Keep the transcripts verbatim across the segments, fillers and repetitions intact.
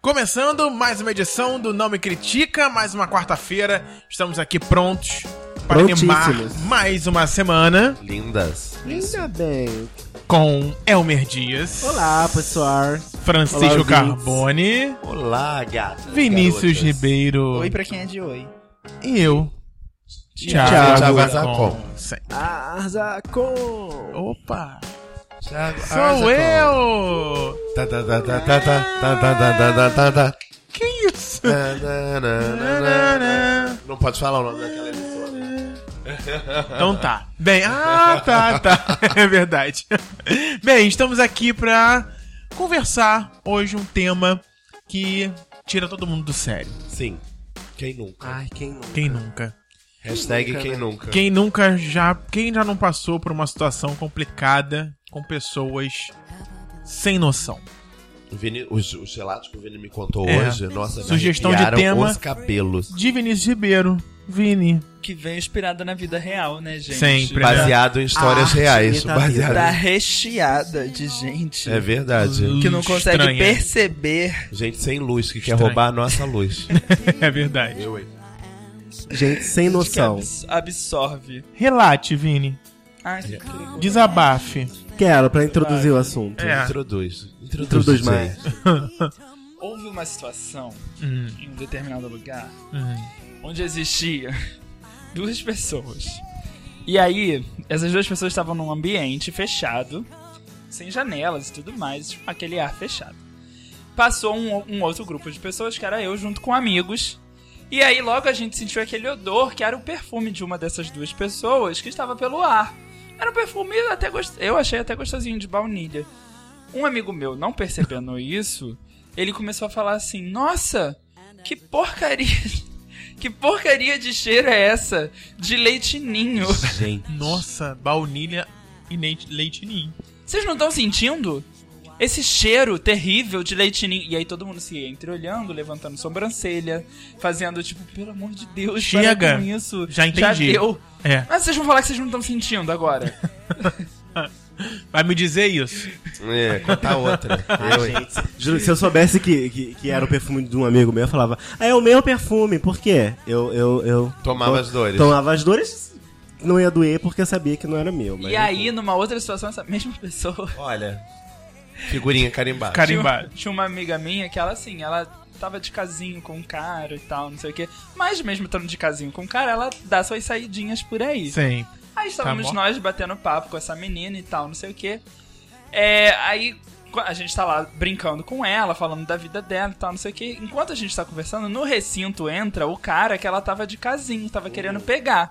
Começando mais uma edição do Não Me Critica, mais uma quarta-feira. Estamos aqui prontos para animar mais uma semana. Lindas. Ainda bem. Com Elmer Dias. Olá, pessoal. Francisco Olá, Carbone. Olá, gato. Vinícius garotas. Ribeiro. Oi pra quem é de oi. E eu, Thiago, Thiago Arzacon. Arzacon. Opa. Thiago Sou Arzacon. eu. Tá, tá, tá, tá, tá, tá, tá, tá, tá, tá, tá. Que isso? Não pode falar o nome daquela emissora. Então tá. Bem, ah, tá, tá. É verdade. Bem, estamos aqui pra conversar hoje um tema que tira todo mundo do sério. Sim. Quem nunca? Ai, quem nunca? Quem nunca? Hashtag nunca, quem né? nunca. Quem nunca já... Quem já não passou por uma situação complicada com pessoas sem noção? O Vini, os, os relatos que o Vini me contou É. hoje, nossa, me Sugestão de arrepiaram tema. os cabelos. De Vinícius Ribeiro. Vini. Que vem inspirada na vida real, né, gente? Sempre. Baseado em histórias Arte reais. da Baseado Tá em... recheada de gente É verdade. que não consegue Estranha. perceber. Gente sem luz que quer Estranho. roubar a nossa luz. É verdade. Eu, hein? Gente sem Que noção. abs- absorve. Relate, Vini. Ai, que incrível. Desabafe. Quero, pra introduzir o assunto. É. Introduz. Introduz, Introduz D J. mais. Houve uma situação Hum, em um determinado lugar hum. onde existia duas pessoas. E aí, essas duas pessoas estavam num ambiente fechado, sem janelas e tudo mais, tipo, aquele ar fechado. Passou um, um outro grupo de pessoas, que era eu, junto com amigos. E aí, logo a gente sentiu aquele odor, que era o perfume de uma dessas duas pessoas, que estava pelo ar. Era um perfume até gost... eu achei até gostosinho, de baunilha. Um amigo meu, não percebendo isso, ele começou a falar assim: nossa, que porcaria... Que porcaria de cheiro é essa? De leite ninho. Gente. Nossa, baunilha e leite, leite ninho. Vocês não estão sentindo? Esse cheiro terrível de leite ninho. E aí todo mundo se entreolhando, levantando sobrancelha, fazendo tipo, pelo amor de Deus, Chega. para com isso. Já entendi. Já deu. É. Mas vocês vão falar que vocês não estão sentindo agora. Vai me dizer isso. É, contar outra. Eu, hein? Gente, juro, se eu soubesse que, que, que era o perfume de um amigo meu, eu falava, ah, é o meu perfume, por quê? Eu, eu, eu Tomava to- as dores. Tomava as dores, não ia doer porque eu sabia que não era meu. Mas E aí, numa outra situação, essa mesma pessoa... Olha, figurinha carimbada. Cari- Tinha, Carimbado. tinha uma amiga minha que ela, assim, ela tava de casinho com um cara e tal, não sei o quê. Mas mesmo estando de casinho com um cara, ela dá suas saidinhas por aí. Sim. Aí estávamos Tá bom. nós batendo papo com essa menina e tal, não sei o quê. É, aí a gente tá lá brincando com ela, falando da vida dela e tal, não sei o quê. Enquanto a gente tá conversando, no recinto entra o cara que ela tava de casinho, tava querendo pegar.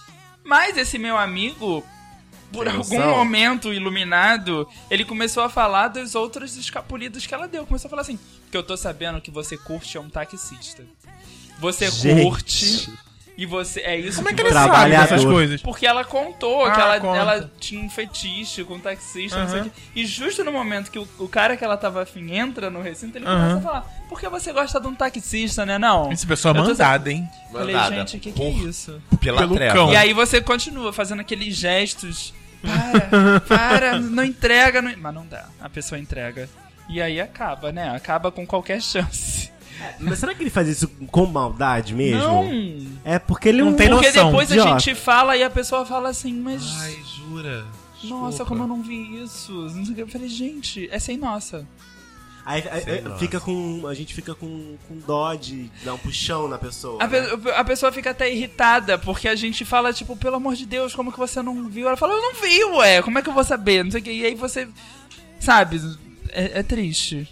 Mas esse meu amigo, por Sem algum noção. momento iluminado, ele começou a falar dos outros escapulidos que ela deu. Começou a falar assim, que eu tô sabendo que você curte é um taxista. Você Gente. curte e você... É isso Como é que que ele você... sabe Trabalhador. dessas coisas? Porque ela contou Ah, que ela, conta. ela tinha um fetiche com taxista, não sei o Aham. quê. E justo no momento que o, o cara que ela tava afim entra no recinto, ele Aham. começa a falar: por que você gosta de um taxista, né? Não. Essa pessoa é Eu tô mandada, hein? Falei, Mandada gente, o que, que é por- isso? Pela Pelo treva. cão. E aí você continua fazendo aqueles gestos. Para, para, não entrega. Não... Mas não dá. A pessoa entrega. E aí acaba, né? Acaba com qualquer chance. Mas será que ele faz isso com maldade mesmo? Não. É porque ele Não tem Porque noção, depois a idiota. gente fala e a pessoa fala assim, mas... Ai, jura? Nossa, Desculpa. como eu não vi isso. Não sei o que. Eu falei, gente, é sem nossa. Aí, aí, Sei aí lá. fica com, a gente fica com, com dó de dar um puxão na pessoa. A, né? pe- a pessoa fica até irritada, porque a gente fala, tipo, pelo amor de Deus, como que você não viu? Ela fala, eu não vi, ué, como é que eu vou saber? Não sei o que. E aí você, sabe, é, é triste.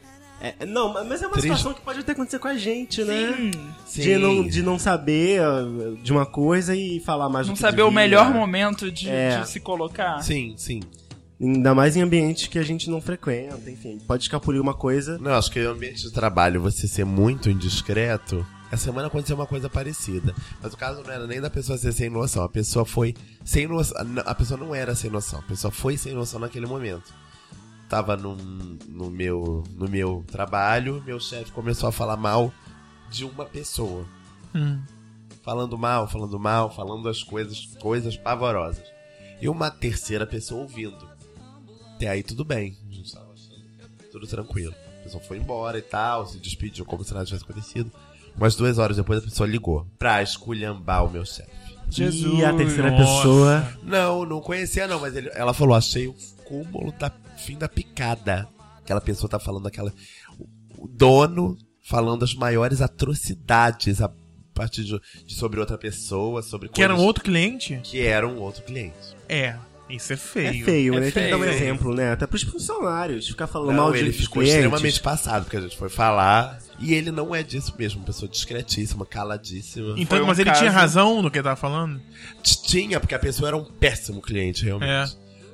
É, não, mas é uma Triste. situação que pode até acontecer com a gente, né? Sim. Sim. De não, de não saber uh, de uma coisa e falar mais Não do que saber o devia. melhor momento de, É. de se colocar. Sim, sim. Ainda mais em ambientes que a gente não frequenta, enfim. Pode escapulir uma coisa. Não, acho que no ambiente de trabalho você ser muito indiscreto. Essa semana aconteceu uma coisa parecida. Mas o caso não era nem da pessoa ser sem noção. A pessoa foi sem noção. A pessoa não era sem noção. A pessoa foi sem noção naquele momento. Tava num, no, meu, no meu trabalho, meu chefe começou a falar mal de uma pessoa. Hum. Falando mal, falando mal, falando as coisas, coisas pavorosas. E uma terceira pessoa ouvindo. Até aí tudo bem. A gente tava achando tudo tranquilo. pessoa foi embora e tal, se despediu como se nada tivesse acontecido. Umas duas horas depois a pessoa ligou pra esculhambar o meu chefe. E a terceira Nossa. pessoa... Não, não conhecia não, mas ele, ela falou, achei o cúmulo da fim da picada. Aquela pessoa tá falando aquela... O, o dono falando as maiores atrocidades a partir de, de sobre outra pessoa, sobre Que era um coisas outro cliente? que era um outro cliente. É, isso é feio. É feio, É né? Tem que dar um feio. exemplo, né? Até pros funcionários. Ficar falando Não, mal de ele dos ficou clientes. extremamente passado, porque a gente foi falar. E ele não é disso mesmo, uma pessoa discretíssima, caladíssima. Então, Foi um mas ele caso- tinha razão no que ele tava falando? Tinha, porque a pessoa era um péssimo cliente, realmente. É.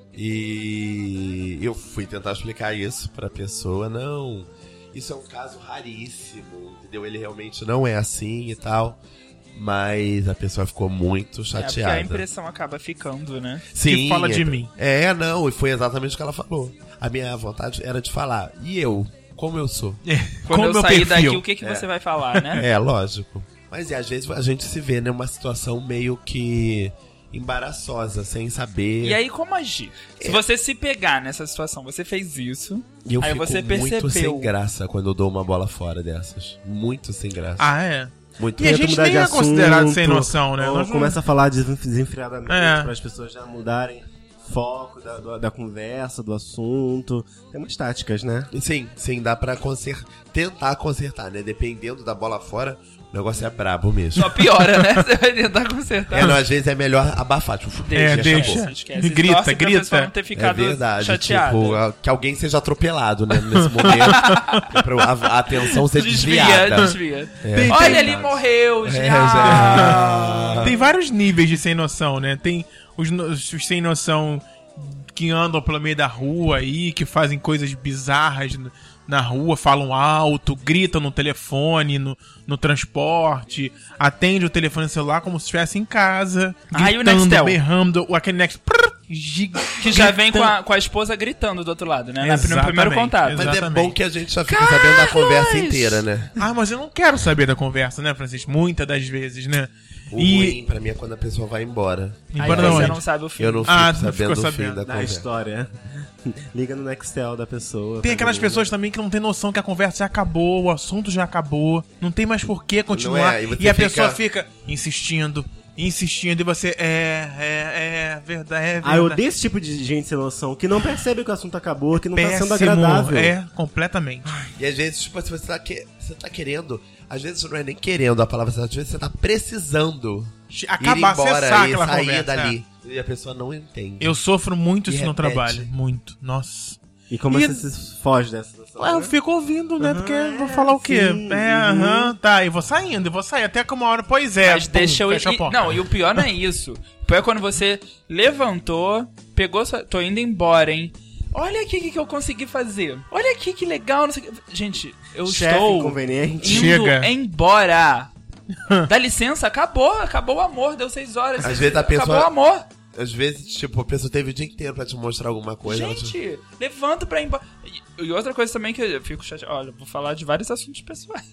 E eu fui tentar explicar isso pra pessoa. Não, isso é um caso raríssimo, entendeu? Ele realmente não é assim e tal. Mas a pessoa ficou muito É, porque a chateada. impressão acaba ficando, né? Sim, Que fala de é- mim. É, não, e foi exatamente o que ela falou. A minha vontade era de falar. E eu? Como eu sou? É. Quando Com o eu meu sair perfil. daqui, o que, que você vai falar, né? É, lógico. Mas e às vezes a gente se vê numa situação meio que embaraçosa, sem saber. E aí, como agir? Se você se pegar nessa situação, você fez isso, E eu aí fico você muito percebeu. sem graça quando eu dou uma bola fora dessas. Muito sem graça. Ah, é? Muito. E a Tenta gente mudar nem de é considerado assunto, sem noção, né? Ou Nós não- começa a falar des- desenfreadamente É. para as pessoas já mudarem foco da, do- da conversa, do assunto. Tem umas táticas, né? E sim, sim, dá pra conser... tentar consertar, né? Dependendo da bola fora, o negócio é brabo mesmo. Só piora, né? Você vai tentar consertar. É, não, às vezes é melhor abafar, tipo, É, deixa, deixa. acabou. Esquece. Grita, Torce pra grita. pessoa não ter É ficado verdade, chateada. tipo, a- que alguém seja atropelado, né, nesse momento. É pra a, a atenção ser Desvia, desviada. desvia. É. Olha, Tem- ele morreu É, já. já. Tem vários níveis de sem noção, né? Tem os, no- os sem noção que andam pelo meio da rua aí, que fazem coisas bizarras n- na rua, falam alto, gritam no telefone, no, no transporte, atende o telefone celular como se estivesse em casa, Ah, e o gritando, Nextel? berrando, o- aquele Next... prrr, gig- Que já vem com gritando. a, com a esposa gritando do outro lado, né? Na- No Exatamente, primeiro contato. Mas é Exatamente. bom que a gente já fica sabendo da conversa inteira, né? Ah, mas eu não quero saber da conversa, né, Francisco? Muitas das vezes, né? O E... ruim pra mim é quando a pessoa vai embora. Aí Embora você de onde? não sabe o fim. Eu não fico Ah, não sabendo ficou o fim sabendo. da Na conversa. história. Liga no Nextel da pessoa. Tem faz aquelas um- pessoas também que não tem noção que a conversa já acabou, o assunto já acabou, não tem mais por que continuar. Não é, e você e a fica- pessoa fica insistindo, insistindo, e você é, é, é verdade, é verdade. Ah, eu odeio esse tipo de gente sem noção, que não percebe que o assunto acabou, que não tá sendo Péssimo, agradável. É, completamente. E às vezes, tipo, se você tá, que... você tá querendo, às vezes não é nem querendo a palavra certa, às vezes você tá precisando Acabar, ir embora acessar e aquela sair conversa. dali. E a pessoa não entende. Eu sofro muito E isso no repete. trabalho, muito. Nossa. E como E- você se foge dessa situação? Ué, eu né? fico ouvindo, né? Porque eu vou falar o quê? sim, É, aham, tá, e vou saindo, e vou sair até que uma hora, pois é. Mas pum, deixa eu ir. fecha a e- porta. Não, e o pior não é isso. O pior é quando você levantou, pegou sua. Tô indo embora, hein? Olha aqui o que, que eu consegui fazer. Olha aqui que legal. Não sei o que... Gente, eu Chefe estou inconveniente. indo Chega. embora. Dá licença, acabou. Acabou o amor. Deu seis horas. Às vezes a Acabou pessoa- o amor. Às vezes, tipo, a pessoa teve o dia inteiro pra te mostrar alguma coisa. ela te- Gente, levanta pra ir embora. E, e outra coisa também que eu fico chateado. Olha, eu vou falar de vários assuntos pessoais.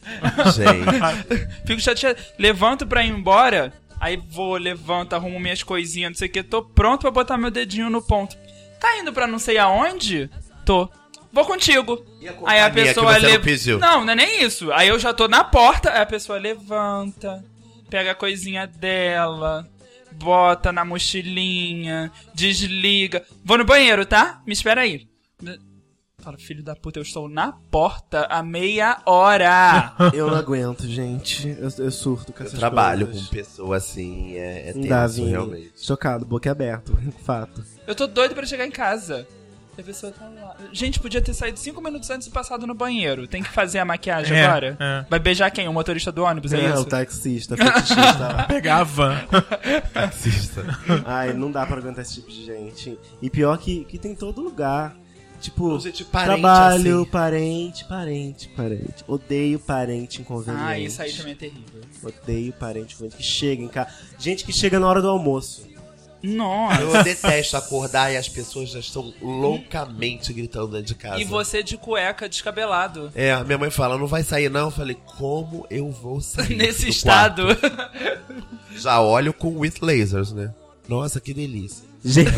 Gente. Fico chateado. Levanto pra ir embora. Aí vou, levanto, arrumo minhas coisinhas, não sei o que. Tô pronto pra botar meu dedinho no ponto. Tá indo pra não sei aonde? Tô. Vou contigo. E a Aí a companhia pessoa que você le- não pediu? Não, não é nem isso. Aí eu já tô na porta, aí a pessoa levanta, pega a coisinha dela, bota na mochilinha, desliga. Vou no banheiro, tá? Me espera aí. Fala, filho da puta, eu estou na porta há meia hora. Eu não aguento, gente. Eu, eu surto com Eu essas trabalho coisas. com pessoa assim, é, é Não dá, tenso, Vini. realmente. Chocado, boca aberto. Fato. Eu tô doido pra chegar em casa. E a pessoa tá lá. Gente, podia ter saído cinco minutos antes e passado no banheiro. Tem que fazer a maquiagem É, agora? é. Vai beijar quem? O motorista do ônibus, é, É, isso? o taxista, fetichista. Pegar a van. Taxista. Ai, não dá pra aguentar esse tipo de gente. E pior que, que tem em todo lugar. Tipo, Gente, parente, trabalho, assim. parente, parente, parente. Odeio parente inconveniente. Ah, isso aí também é terrível. Odeio parente inconveniente que chega em casa. Gente que chega na hora do almoço. Nossa. Eu detesto acordar e as pessoas já estão loucamente gritando dentro de casa. E você de cueca descabelado. É, a minha mãe fala, não vai sair não. Eu falei, como eu vou sair Nesse do estado. quarto? Já olho com with lasers, né? Nossa, que delícia. Gente,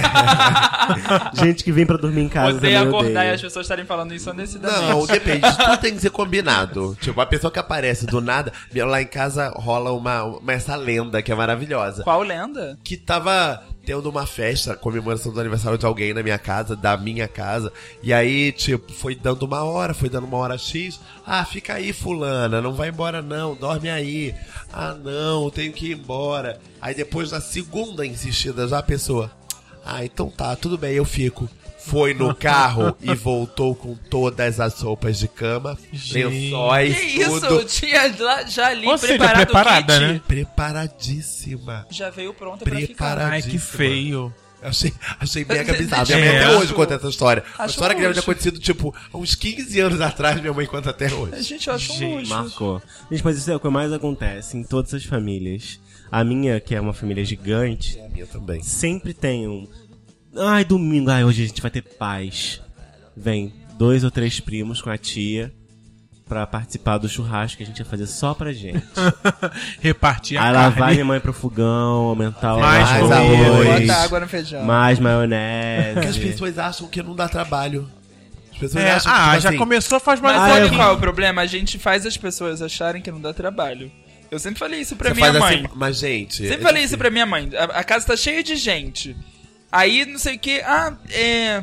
gente que vem pra dormir em casa Odeio também acordar odeia. e as pessoas estarem falando isso endecidamente. Não, depende. Tudo tem que ser combinado. Tipo, a pessoa que aparece do nada... Lá em casa rola uma, uma essa lenda que é maravilhosa. Qual lenda? Que tava tendo uma festa, comemoração do aniversário de alguém na minha casa, da minha casa. E aí, tipo, foi dando uma hora, foi dando uma hora X. Ah, fica aí, fulana, não vai embora não, dorme aí. Ah, não, tenho que ir embora. Aí depois da segunda insistida, já a pessoa... Ah, então tá, tudo bem, eu fico. Foi no carro e voltou com todas as roupas de cama, Gente. lençóis, Que isso? tudo. Eu tinha lá, já ali Ou seja, preparado preparada, o kit. né? Preparadíssima. Já veio pronta pra ficar. Preparada. Ai, que feio. Achei, achei mega Mas, bizarro. gente, Minha mãe é. até hoje conta essa história. Uma Acho história que deve ter luxo. acontecido, tipo, há uns quinze anos atrás, minha mãe conta até hoje. Gente, eu acho um Gente, luxo. Marcou. Gente, mas isso é o que mais acontece em todas as famílias. A minha, que é uma família gigante, A minha também. sempre tem um... Ai, domingo, ai, hoje a gente vai ter paz. Vem dois ou três primos com a tia pra participar do churrasco que a gente vai fazer só pra gente. Repartir a Aí lá carne. vai minha mãe pro fogão, aumentar o Mais arroz, arroz. Bota água no feijão. mais Porque as maionese. pessoas acham que não dá trabalho. As pessoas É, acham que, ah, tipo já assim, começou faz mais Mas Ah, sabe eu- qual é o problema? A gente faz as pessoas acharem que não dá trabalho. Eu sempre falei isso pra você minha faz mãe. assim, mas, gente... Sempre é falei difícil. isso pra minha mãe. A, a casa tá cheia de gente. Aí, não sei o que. Ah, é...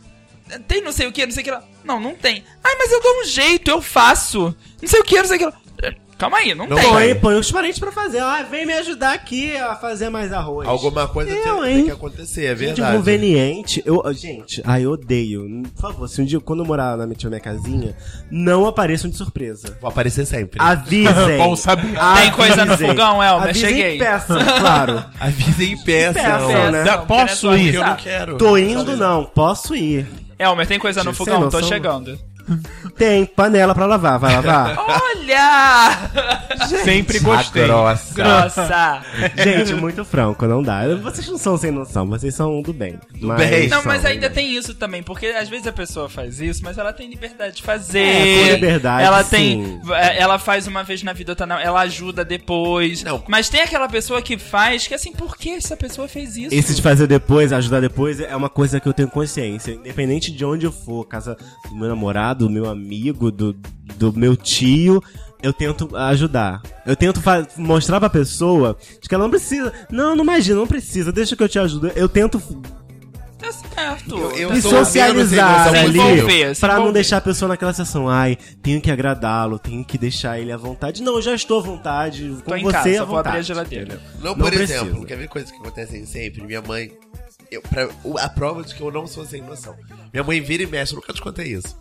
Tem não sei o que, não sei o que lá. Não, não tem. Ai, mas eu dou um jeito, eu faço. Não sei o que, não sei o que lá. Calma aí, não, Não tem. tem. Põe, põe os parentes pra fazer. Ah, vem me ajudar aqui a fazer mais arroz. Alguma coisa Eu, tem, hein? tem que acontecer, é Gente, verdade. conveniente. Eu, gente, ai, eu odeio. Por favor, se um dia, quando eu morar na minha, minha casinha, não apareçam de surpresa. Vou aparecer sempre. Avisem. Bom saber. Tem coisa no Avisem. fogão, Elmer? Avisem Cheguei. e peçam, claro. Avisem e peçam. Peçam, né? Dá- posso ir? Eu não quero. Tô indo, não. Posso ir. Elmer, tem coisa no Sem fogão? Tô noção. chegando. Tem panela pra lavar. Vai lavar? Olha! Sempre gostei. A grossa. Grossa! Gente, muito franco, não dá. Vocês não são sem noção, vocês são do bem. Do bem. Não, mas são. ainda tem isso também, porque às vezes a pessoa faz isso, mas ela tem liberdade de fazer. É, com liberdade, ela sim. tem, ela faz uma vez na vida, outra não, ela ajuda depois. Não. Mas tem aquela pessoa que faz, que assim, por que essa pessoa fez isso? Esse de fazer depois, ajudar depois, é uma coisa que eu tenho consciência. Independente de onde eu for, casa do meu namorado, do meu amigo, do, do meu tio, eu tento ajudar. Eu tento fa- mostrar pra pessoa de que ela não precisa. Não, não imagina, não precisa, deixa que eu te ajudo. Eu tento Tá certo. Eu- eu me sou menos socializar sem noção ali possível. Se pra não envolver. deixar a pessoa naquela situação. Ai, tenho que agradá-lo, tenho que deixar ele à vontade. Não, eu já estou à vontade, Tô com em você casa, à só vou abrir a vontade. geladeira. entendeu? Não, Não por precisa. exemplo, quer ver coisas que acontecem sempre? Minha mãe. Eu, pra, o- a prova de que eu não sou sem noção. Minha mãe vira e mexe, eu nunca te contei isso.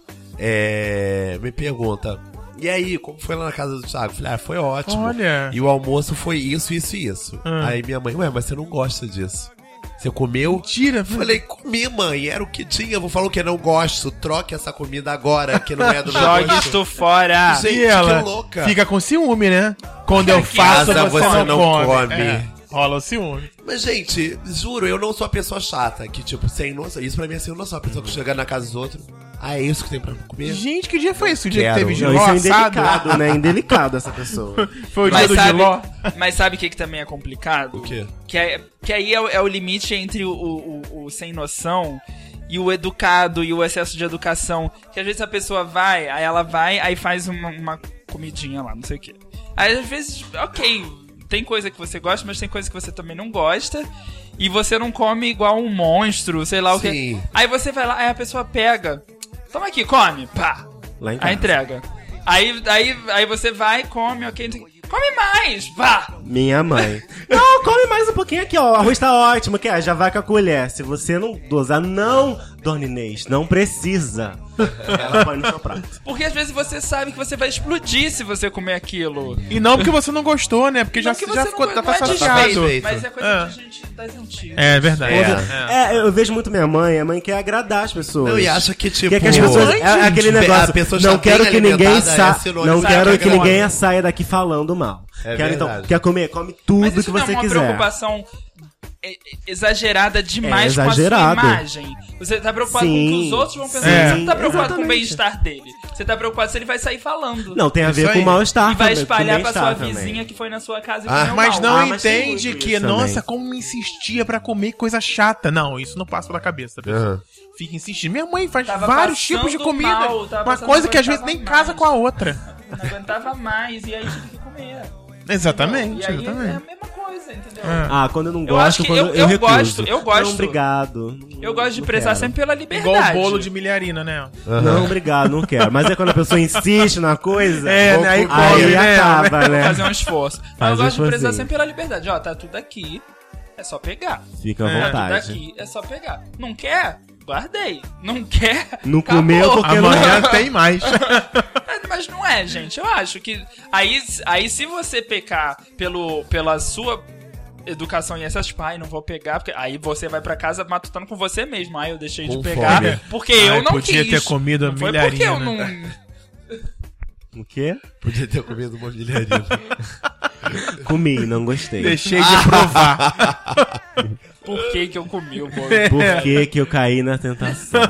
É, me pergunta. E aí, como foi lá na casa do Thiago? Eu falei, ah, foi ótimo. Olha. E o almoço foi isso, isso e isso. Ah. Aí minha mãe, ué, mas você não gosta disso. Você comeu? Tira, Eu falei, comi, mãe, era o que tinha. Eu vou falar o que não gosto. Troque essa comida agora, que não é do meu Jogue gosto. isto fora. Gente, E ela que louca. fica com ciúme, né? Quando eu Que faço, casa você, você não, não come. come. É, rola o ciúme. Mas, gente, juro, eu não sou a pessoa chata que, tipo, sem noção. Isso pra mim é sem noção. A pessoa que chega na casa dos outros. Ah, é isso que tem pra comer? Gente, que dia foi esse? O dia Quero. que teve Não, giló isso é assado? indelicado, né? Indelicado essa pessoa. Foi o dia Mas do sabe, giló? mas sabe o que, que também é complicado? O quê? Que, é, que aí é, o- é o limite entre o, o, o- o sem noção e o educado e o excesso de educação. Que às vezes a pessoa vai, aí ela vai, aí faz uma, uma comidinha lá, não sei o quê. Aí às vezes, ok, tem coisa que você gosta, mas tem coisa que você também não gosta. E você não come igual um monstro, sei lá o quê. Sim. Aí você vai lá, aí a pessoa pega. Toma aqui, come, pá. Lá em casa. Aí entrega. Aí, aí, aí você vai, come, ok. não sei o quê. Come mais, vá! Minha mãe. Não, come mais um pouquinho aqui, ó. O arroz tá ótimo. Quer? Já vai com a colher. Se você não dosar, não, Dona Inês, não precisa. Ela põe no seu prato. Porque às vezes você sabe que você vai explodir se você comer aquilo. E não porque você não gostou, né? Porque já, Não que já você ficou não, tá não é saciado. desfeito, mas é coisa É. de gente das antigas. É verdade. É. É, eu vejo muito minha mãe. A mãe quer agradar as pessoas. Não, e acha que, tipo... Quer que as pessoas. Ai, É, é aquele gente, negócio. a pessoa já Não quero bem que ninguém alimentada, sa... é sinônimo Não de quero que agrada. ninguém saia daqui falando mal. É quero, então, verdade. quer comer? Come tudo Mas que isso não é você uma quiser. preocupação é, exagerada demais É com a exagerado. sua imagem. Você tá preocupado Sim, com o que os outros vão pensar. É. Você não tá preocupado com o Exatamente. bem-estar dele. Você tá preocupado se ele vai sair falando. Não, tem a Isso ver com aí. o mal-estar E vai também, espalhar com pra o sua bem-estar vizinha também. que foi na sua casa e Ah, comeu Mas mal. não Ah, mas tem entende muito que, isso nossa, também. como me insistia pra comer coisa chata. Não, isso não passa pela cabeça da pessoa. Aham. Fica insistindo. Minha mãe faz Tava vários passando tipos de comida. mal, tava uma passando coisa mal, que às vezes tava nem casa mais. com a outra. Não aguentava mais e aí tive que comer. Exatamente, E aí é a exatamente. mesma coisa, entendeu? É. Ah, quando eu não Eu acho gosto, que quando eu- eu, eu recuso. gosto, eu gosto. Não, obrigado. Eu gosto de Não prezar quero. sempre pela liberdade. Igual o bolo de milharina, né? Não, obrigado, não quero. Mas é quando a pessoa insiste na coisa. É, vou né, aí pro- come, aí né? acaba, Vou né? fazer um esforço. Mas Faz eu um gosto de prezar esforcinho. sempre pela liberdade. Ó, tá tudo aqui, é só pegar. Fica à É. Tá tudo vontade. aqui, é só pegar. Não quer? Guardei. Não quer? Não acabou. comeu porque Amanhã tem mais. É, mas não é, gente. Eu acho que. Aí, aí se você pecar pelo, pela sua educação em excesso, tipo, ai, não vou pegar, porque aí você vai pra casa matutando com você mesmo. Ai, eu deixei de Com pegar fome. porque Ai, eu não podia quis. ter comido a Não foi porque eu milharina. não. O quê? Podia ter comido uma milharina. Comi, não gostei. Deixei de provar. Por que que eu comi o bolo? Por que que eu caí na tentação?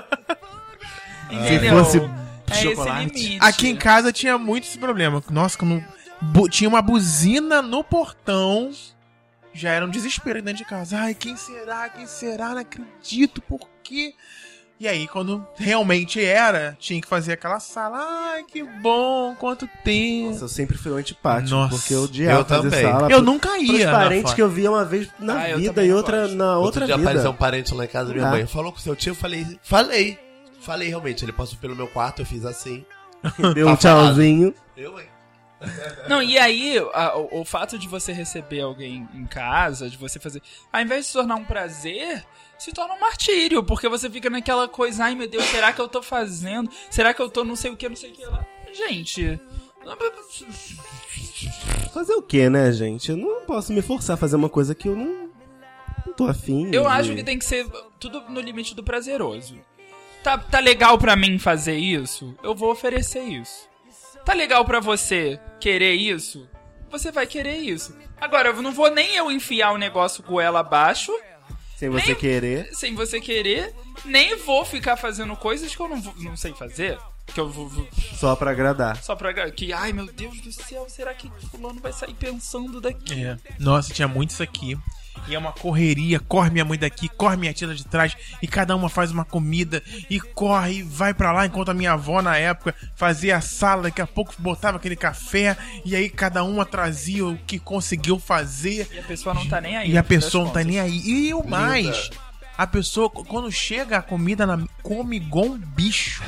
Entendeu? fosse é chocolate. esse limite. Aqui em casa tinha muito esse problema. Nossa, quando bu- tinha uma buzina no portão, já era um desespero dentro de casa. Ai, quem será? Quem será? Não acredito, por quê? E aí, quando realmente era, tinha que fazer aquela sala. Ai, que bom, quanto tempo. Nossa, eu sempre fui um antipático, Nossa. porque eu odiava Eu fazer também. sala. Eu pro- nunca pros ia. na parentes foto. que eu via uma vez na Ah, eu vida também e não outra gosto. na Outro outra dia vida. apareceu um parente lá em casa da minha Tá. mãe. Falou com seu tio, eu falei, falei. Falei realmente, ele passou pelo meu quarto, eu fiz assim. Deu um Tá falado. tchauzinho. Eu, hein? Não, e aí, a- o, o fato de você receber alguém em casa, de você fazer. Ao invés de se tornar um prazer, se torna um martírio, porque você fica naquela coisa, ai meu Deus, será que eu tô fazendo? Será que eu tô não sei o que, não sei o que lá? Gente. Fazer o quê, né, gente? Eu não posso me forçar a fazer uma coisa que eu não, não tô afim. Eu de- acho que tem que ser tudo no limite do prazeroso. Tá, tá legal pra mim fazer isso? Eu vou oferecer isso. Tá legal pra você querer isso? Você vai querer isso. Agora, eu não vou nem eu enfiar o negócio goela abaixo, Sem você nem- querer. sem você querer, nem vou ficar fazendo coisas que eu não, vou- não sei fazer. Que eu vou, vou- Só pra agradar. só pra. Que, ai meu Deus do céu, será que fulano vai sair pensando daqui? É. Nossa, tinha muito isso aqui. E é uma correria, corre minha mãe daqui, corre minha tia de trás, e cada uma faz uma comida, e corre, e vai pra lá, enquanto a minha avó na época fazia a sala, daqui a pouco botava aquele café, e aí cada uma trazia o que conseguiu fazer, E a pessoa não tá nem aí. e a no fim das pessoa não tá contas. nem aí. E o mais, a pessoa, quando chega a comida, na, come igual um bicho.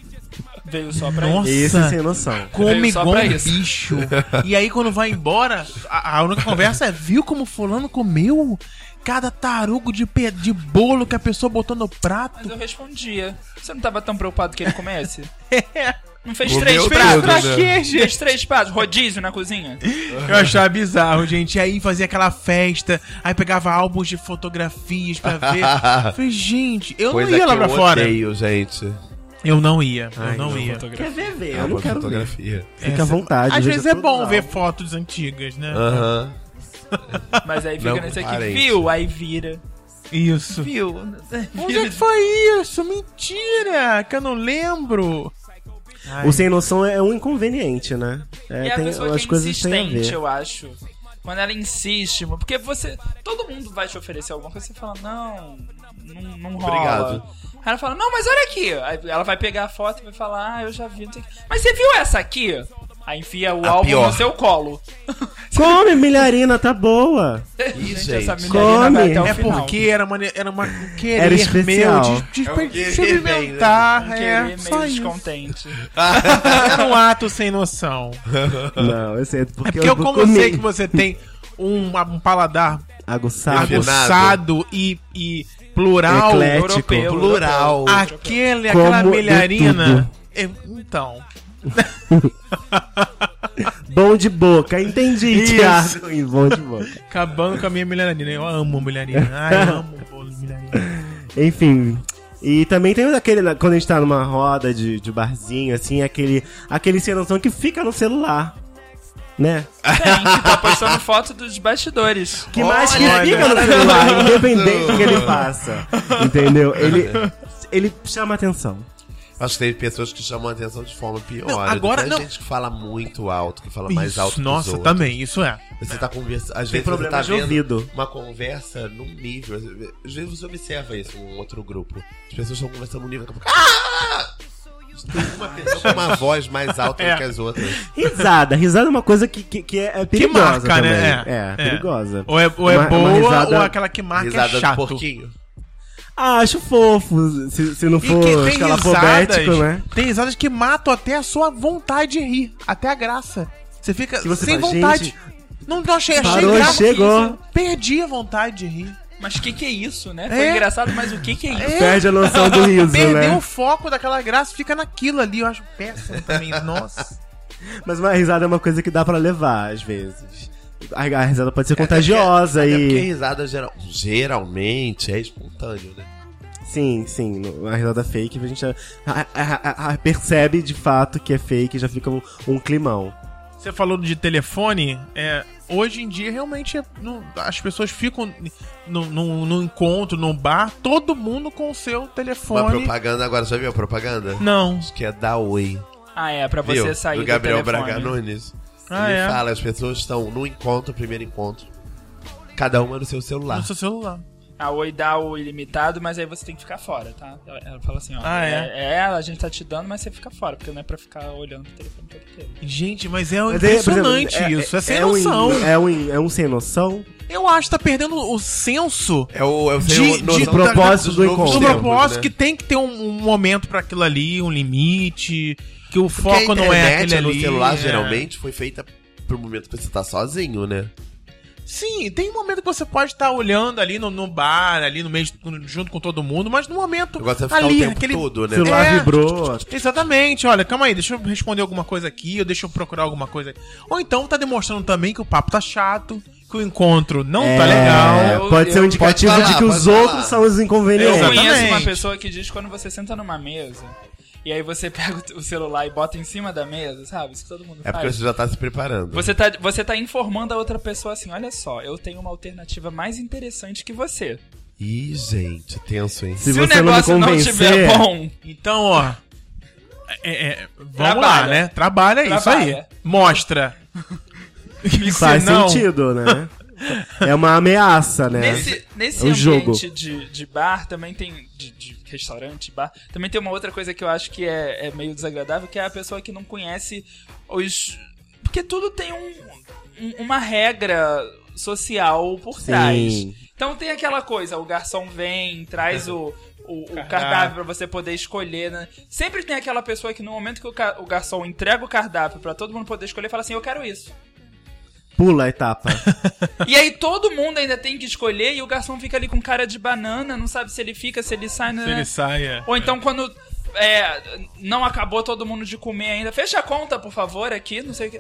Veio só pra Nossa. isso. Esse sem noção. Come Veio só igual pra um isso. bicho. E aí, quando vai embora, a, a única conversa é: viu como fulano comeu? Cada tarugo de, pe- de bolo que a pessoa botou no prato. Mas eu respondia. Você não tava tão preocupado que ele comesse? Não fez Comeu três tudo, pratos? Pra né? quê, gente? Fez três pratos? Rodízio na cozinha? Eu achava bizarro, gente. E aí fazia aquela festa, aí pegava álbuns de fotografias pra ver. Falei, gente, eu Coisa não ia lá que pra eu fora. odeio, gente. Eu não ia, eu Ai, não, não, ia. Quer ver, ver? É Eu não uma quero ver. fotografia. Fica à vontade. Às veja vezes é todos bom os ver álbuns. fotos antigas, né? Aham. Mas aí fica Não, nesse aqui, parente. viu? Aí vira. Isso. Viu? Onde é que foi isso? Mentira! Que eu não lembro. Ai. O sem noção é um inconveniente, né? É, E a tem, pessoa as que é coisas têm a insistente, ver. eu acho. Quando ela insiste, porque você. Todo mundo vai te oferecer alguma coisa, você fala, não, não, não rola. Obrigado. Aí ela fala, não, mas olha aqui. Aí ela vai pegar a foto e vai falar, ah, eu já vi, não sei o quê. Mas você viu essa aqui? Aí enfia o A álbum pior. no seu colo. Come, milharina, tá boa. Ih, essa gente. milharina vai Come. até o É final. porque era uma, era uma um querer Era especial. meu de, de, É um de querer experimentar. Um é, querer só meio isso. descontente. Era um ato sem noção. Não, eu sei, porque, É porque eu, como eu comi. sei que você tem um, um paladar Aguçado. Refinado. aguçado e, e plural, Eclético. Europeu, Plural. europeu. aquele, Como aquela de milharina. é- Então, Bom de boca, entendi, Isso. Thiago. E Bom de boca. acabando com a minha milharina. Eu amo milharina. Ai, eu amo bolo de milharina. Enfim. E também tem aquele, quando a gente tá numa roda de, de barzinho, assim, aquele, aquele sem noção que fica no celular. né? Tem, que tá postando foto dos bastidores. Que mais que Olha, fica no olha. celular, independente do que ele faça. Entendeu? Ele, ele chama atenção. Acho que tem pessoas que chamam a atenção de forma pior. Não, agora Tem não. gente que fala muito alto, que fala mais Isso, alto que os nossa, outros. também, isso é. Você tá conversando. Às Tem vezes você problema tá de vendo ouvido. uma conversa num nível. Às vezes você observa isso em um outro grupo. As pessoas estão conversando num nível. Ah! Tem uma pessoa com uma voz mais alta É. do que as outras. Risada. Risada é uma coisa que, que, que é, é Que perigosa marca, também. né? É, perigosa. Ou é, ou é Uma- uma boa, risada- ou aquela que marca Risada é de chato. porquinho. Ah, acho fofo, se, se não E for que tem escalafobético, risadas, né? tem risadas que matam até a sua vontade de rir, até a graça. Você fica Se você sem fala, vontade. gente, não, não achei, achei parou, graça. chegou. Perdi a vontade de rir. Mas o que que é isso, né? Foi É. engraçado, mas o que que é isso? É. Perde a noção do riso, Perdeu né? o foco daquela graça, fica naquilo ali. Eu acho péssimo também. Nossa. Mas uma risada é uma coisa que dá pra levar, às vezes. A, a risada pode ser Até contagiosa porque- Até porque e... risada geral, geralmente é espontâneo, né? Sim, sim. no- A risada fake, a gente já, a- a- a- percebe de fato que é fake, já fica um, um climão. Você falou de telefone, é, hoje em dia realmente é, no- as pessoas ficam no, no, no encontro, no bar, todo mundo com o seu Uma telefone. propaganda agora, já viu a propaganda? Não. Acho que é da Oi. Ah, é, pra Viu? você sair do do, Gabriel telefone. Braga Nunes. Ah, Ele é? fala, as pessoas estão no encontro, primeiro encontro, cada uma no seu celular. No seu celular. A Oi dá o ilimitado, mas aí você tem que ficar fora, tá? Ela, ela fala assim, ó. Ah, é? é? É, a gente tá te dando, mas você fica fora, porque não é pra ficar olhando o telefone todo tempo. Gente, mas é Mas é, por impressionante exemplo, isso. É, sem um- noção. é, um, é um sem noção. Eu acho que tá perdendo o senso É o, é o De- seu- de- noção do da- propósito dos do novos encontro. do tempos, propósito né? que tem que ter um, um momento pra aquilo ali, um limite, que o Porque foco a não é internet aquele no ali. celular é. geralmente foi feita pro momento que você tá sozinho, né? Sim, tem um momento que você pode estar olhando ali no, no bar, ali no meio, de- junto com todo mundo, mas no momento Agora você vai ficar ali, o tempo aquele... todo, O né? celular É. vibrou. Exatamente, olha, calma aí, deixa eu responder alguma coisa aqui, ou deixa eu procurar alguma coisa. Ou então tá demonstrando também que o papo tá chato, que o encontro não tá É, legal. Eu- pode ser um eu- indicativo pode falar, de que os pode outros falar. são os Eu inconvenientes. Exatamente. conheço uma pessoa que diz que quando você senta numa mesa, e aí você pega o celular e bota em cima da mesa, sabe? Isso que todo mundo É porque faz. você já tá se preparando. Você tá, você tá informando a outra pessoa assim, olha só, eu tenho uma alternativa mais interessante que você. Ih, gente, tenso, hein? Se Se o você não me negócio não, convencer- tiver bom, Então, ó. é- é, vamos Trabalha. lá, né? Trabalha isso aí. Trabalha. Mostra. E Faz senão- sentido, né? É uma ameaça, né? nesse, nesse É um jogo. ambiente de, de bar também tem. De, de restaurante, bar, também tem uma outra coisa que eu acho que é, é meio desagradável, que é a pessoa que não conhece os. Porque tudo tem um, um- uma regra social por trás. Sim. Então tem aquela coisa, o garçom vem, traz o, o, o Cardápio. cardápio pra você poder escolher, né? Sempre tem aquela pessoa que no momento que o, ca- o garçom entrega o cardápio pra todo mundo poder escolher, fala assim, eu quero isso. Pula a etapa. E aí todo mundo ainda tem que escolher e o garçom fica ali com cara de banana, não sabe se ele fica, se ele sai, né? Se ele saia. Ou então quando é, não acabou todo mundo de comer ainda, fecha a conta, por favor, aqui, não sei o que.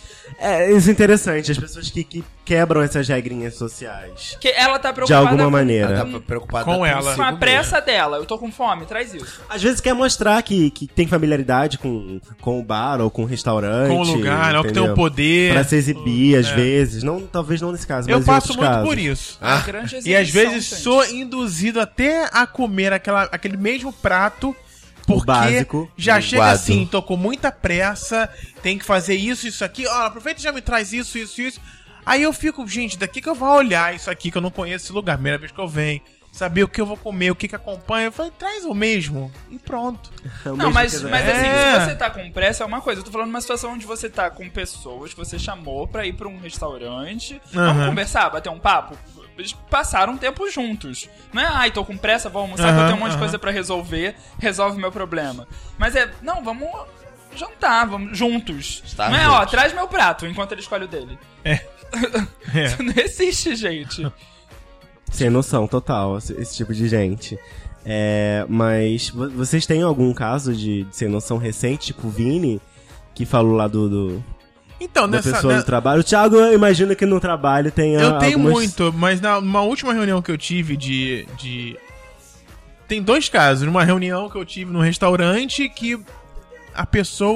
É isso é interessante, as pessoas que, que quebram essas regrinhas sociais. Que ela tá De preocupada alguma com, maneira. Ela tá preocupada Com ela. consigo com a mesmo. pressa dela. Eu tô com fome, traz isso. Às vezes quer mostrar que, que tem familiaridade com, com o bar ou com o restaurante. Com o lugar, não que tem entendeu? o poder. Pra se exibir, às É. vezes. Não, talvez não nesse caso, Eu mas em passo outros muito casos. por isso. Ah, Grande E às exibição, vezes gente. sou induzido até a comer aquela, aquele mesmo prato. Porque básico, já linguado. chega assim, tô com muita pressa, tem que fazer isso, isso aqui. Ó, aproveita e já me traz isso, isso, isso. Aí eu fico, gente, daqui que eu vou olhar isso aqui, que eu não conheço esse lugar, primeira vez que eu venho. Saber o que eu vou comer, o que que acompanha. Eu falei, traz o mesmo. E pronto. É o Não, mesmo mas, que- mas assim, É. se você tá com pressa é uma coisa. Eu tô falando de uma situação onde você tá com pessoas que você chamou pra ir pra um restaurante. Vamos Aham. conversar, bater um papo? Eles passaram tempo juntos. Não é, ai, tô com pressa, vou almoçar, que eu Aham, tenho um monte de aham. coisa pra resolver, resolve meu problema. Mas é, não, vamos jantar, vamos juntos. Estar não é, ó, juntos. traz meu prato enquanto ele escolhe o dele. É. Isso não existe, gente. Sem noção total, esse, esse tipo de gente. É, mas vo- vocês têm algum caso de, de sem noção recente, tipo o Vini, que falou lá do, do- Então, da nessa. pessoa ne- no trabalho? O Thiago, eu imagino que no trabalho tenha Eu tenho algumas- muito, mas na numa última reunião que eu tive de, de. Tem dois casos. Numa reunião que eu tive num restaurante que a pessoa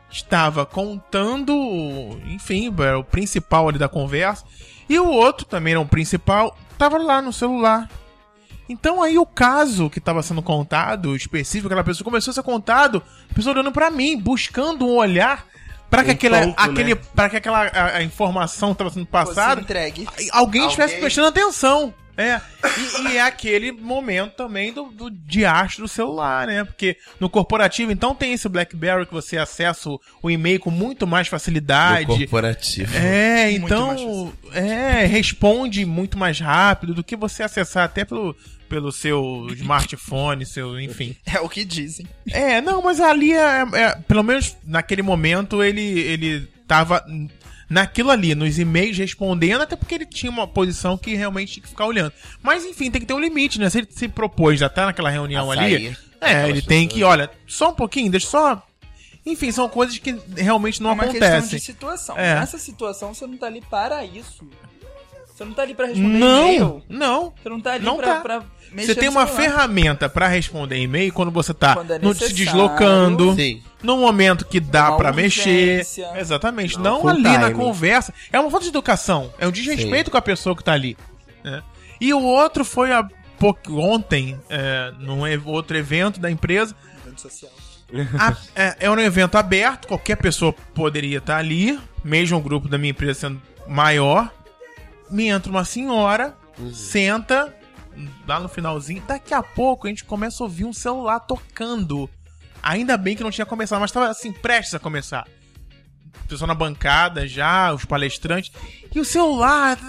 estava contando, enfim, era o principal ali da conversa, e o outro, também era o principal, estava lá no celular. Então aí o caso que estava sendo contado, específico, aquela pessoa começou a ser contado, a pessoa olhando pra mim, buscando um olhar pra que, Um aquela, ponto, aquele, né? pra que aquela a, a informação estava sendo passada, entregue. alguém estivesse Alguém- prestando atenção. É, e, e é aquele momento também do, do diacho do celular, né? Porque no corporativo, então, tem esse BlackBerry que você acessa o, o e-mail com muito mais No facilidade. corporativo. É, Muito então, é, responde muito mais rápido do que você acessar até pelo, pelo seu smartphone, seu, enfim. É o que dizem. É, não, mas ali, é, é- pelo menos naquele momento, ele, ele tava naquilo ali, nos e-mails respondendo, até porque ele tinha uma posição que realmente tinha que ficar olhando. Mas enfim, tem que ter um limite, né? Se ele se propôs já tá naquela reunião A ali, sair é, daquelas ele tem pessoas. que, olha, só um pouquinho, deixa só... Enfim, são coisas que realmente não é uma questão acontecem. de situação. É. Nessa situação, você não tá ali para isso. Você não tá ali pra responder Não, e-mail. não. Você não tá ali Não pra, tá. pra mexer Você tem no uma celular. ferramenta pra responder e-mail quando você tá Quando é no, se necessário. deslocando, Sim. no momento que dá Uma pra mexer. urgência. Exatamente. Não, Não full ali na time. conversa. É uma falta de educação. É um desrespeito com a pessoa que tá ali. Né? E o outro foi há pouco, ontem, é, num ev- outro evento da empresa. Rede social. A- é, é um evento aberto, qualquer pessoa poderia estar ali, mesmo o grupo da minha empresa sendo maior. Me entra uma senhora, senta lá no finalzinho, daqui a pouco a gente começa a ouvir um celular tocando. Ainda bem que não tinha começado, mas estava assim, prestes a começar. O pessoal na bancada já, os palestrantes. E o celular.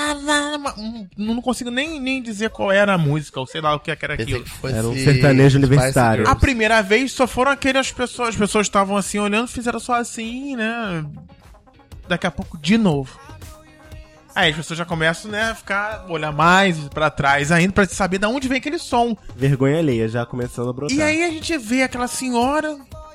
Não consigo nem, nem dizer qual era a música, ou sei lá o que era Pensei aquilo. que fosse Era um sertanejo Spice universitário. A Girls. primeira vez só foram aquelas pessoas, as pessoas estavam assim olhando, fizeram só assim, né? Daqui a pouco de novo. Aí as pessoas já começam, né, a ficar, olhar mais pra trás ainda, pra saber de onde vem aquele som. Vergonha alheia, já começando a brotar. E aí a gente vê aquela senhora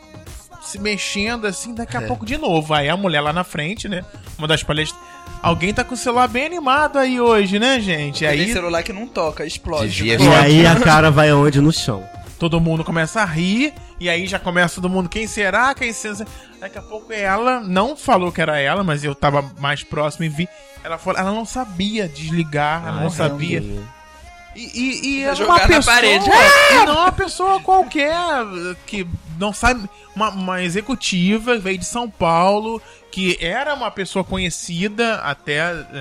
se mexendo assim, daqui a pouco de novo. Aí a mulher lá na frente, né, uma das palestras. Alguém tá com o celular bem animado aí hoje, né, gente? Tem Aí celular que não toca, explode. Devia- E aí a cara vai aonde? No chão. todo mundo começa a rir, e aí já começa todo mundo, quem será, quem será? Daqui a pouco ela, não falou que era ela, mas eu tava mais próximo e vi, ela falou, ela não sabia desligar, ela não Ai, sabia. tadinha. E, e, e Vai era jogar uma na pessoa, parede. e não uma pessoa qualquer, que não sabe, uma, uma executiva, veio de São Paulo, que era uma pessoa conhecida até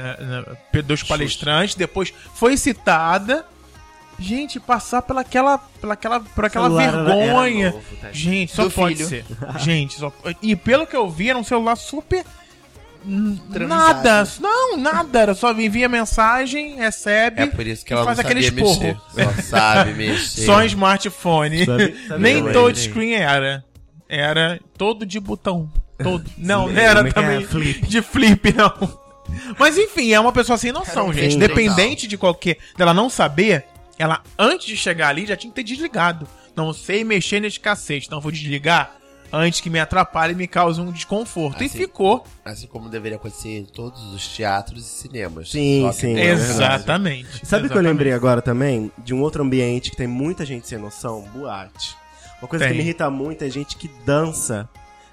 é, dos palestrantes, depois foi citada. Gente, passar pelaquela, pelaquela, por aquela Celular era- vergonha. era novo, tá? Gente, só Do pode filho. ser. Gente, só... E pelo que eu vi, era um celular super... n- Transado. Nada. Não, nada. Era só envia mensagem, recebe... É por isso que e ela faz não aquele sabia esporro. mexer. Só sabe mexer. Só em smartphone. Sabe- sabe Nem como é, touchscreen era. Era todo de botão. Todo. Não, Sim, não era como é que é? também Flip. de flip, não. Mas enfim, é uma pessoa sem noção, Era um gente. sim. Independente de qualquer... dela não saber, ela, antes de chegar ali, já tinha que ter desligado. Não sei mexer nesse cacete, então vou desligar antes que me atrapalhe e me cause um desconforto. E Assim, ficou. Assim como deveria acontecer em todos os teatros e cinemas. Sim, Só que sim, não é verdade. Exatamente. Sabe o que eu Exatamente. lembrei agora também? De um outro ambiente que tem muita gente sem noção? Boate. Uma coisa Tem. que me irrita muito é gente que dança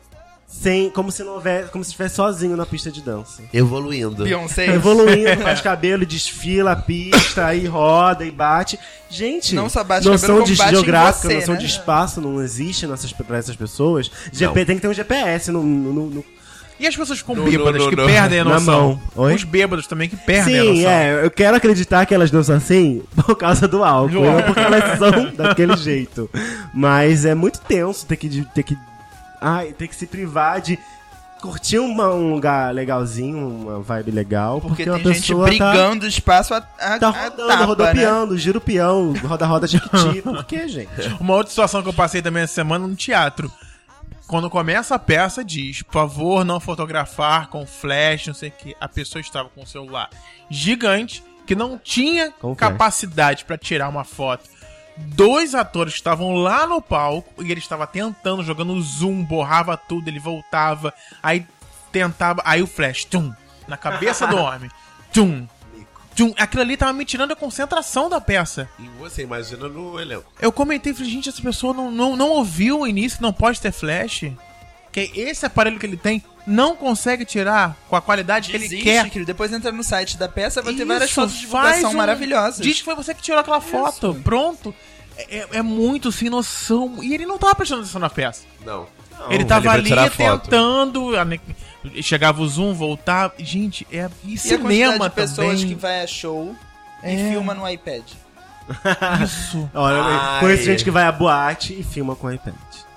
sem, como se não houvesse, como se estivesse sozinho na pista de dança. Evoluindo. Beyoncé. Evoluindo, faz cabelo, desfila a pista, aí roda e bate. Gente, Não só bate noção cabelo, de como bate em geográfica, você, noção né? de espaço não existe nessas, pra essas pessoas. G P, tem que ter um G P S no, no- no- E as pessoas ficam No, bêbadas no, que no, perdem a na noção. mão. Oi? Os bêbados também que perdem a Sim, noção. é, eu quero acreditar que elas dançam assim por causa do álcool, Do álcool. não porque elas são daquele jeito. Mas é muito tenso ter que, de- ter que, ai, ter que se privar de curtir uma- um lugar legalzinho, uma vibe legal, porque, Porque uma tem gente pessoa tá, brigando espaço a, a, tá a rodando, tapa, rodopiando, gira o peão, roda-roda chiquiti. Por que, gente? Uma outra situação que eu passei também essa semana no teatro. Quando começa a peça, diz, por favor, não fotografar com flash, não sei o que. A pessoa estava com um celular gigante, que não tinha Com flash. capacidade para tirar uma foto. Dois atores estavam lá no palco e ele estava tentando, jogando zoom, borrava tudo, ele voltava, aí tentava, aí o flash, tum, na cabeça do homem, tum, tum. Aquilo ali tava me tirando a concentração da peça. E você imagina no elenco. Eu comentei, falei, gente, essa pessoa não, não, não ouviu o início, não pode ter flash. que esse aparelho que ele tem não consegue tirar com a qualidade que ele Existe, quer. querido. Depois entra no site da peça, vai ter Isso, várias fotos de faz divulgação um- maravilhosas. Diz que foi você que tirou aquela foto. Pronto. É, é muito sem noção. E ele não tava prestando atenção na peça. Não. ele tava vai ali tirar foto. tentando. a ne- Chegava o zoom, voltava. Gente, é e E a cinema quantidade de pessoas também. que vai a show É. e filma no iPad. Isso. Olha, Ai. conheço gente que vai à boate e filma com iPad.